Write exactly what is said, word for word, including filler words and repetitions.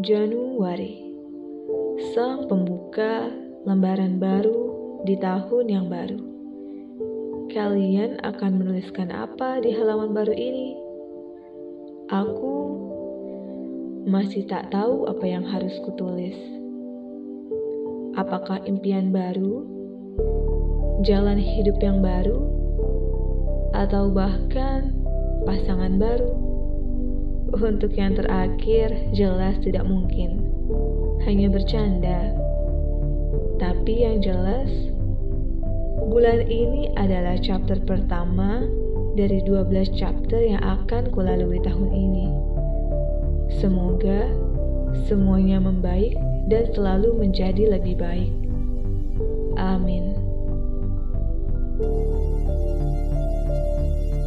Januari, sang pembuka lembaran baru di tahun yang baru. Kalian akan menuliskan apa di halaman baru ini? Aku masih tak tahu apa yang harus kutulis. Apakah impian baru, jalan hidup yang baru, atau bahkan pasangan baru? Untuk yang terakhir jelas tidak mungkin, hanya bercanda. Tapi yang jelas, bulan ini adalah chapter pertama dari dua belas chapter yang akan kulalui tahun ini. Semoga semuanya membaik dan selalu menjadi lebih baik. Amin.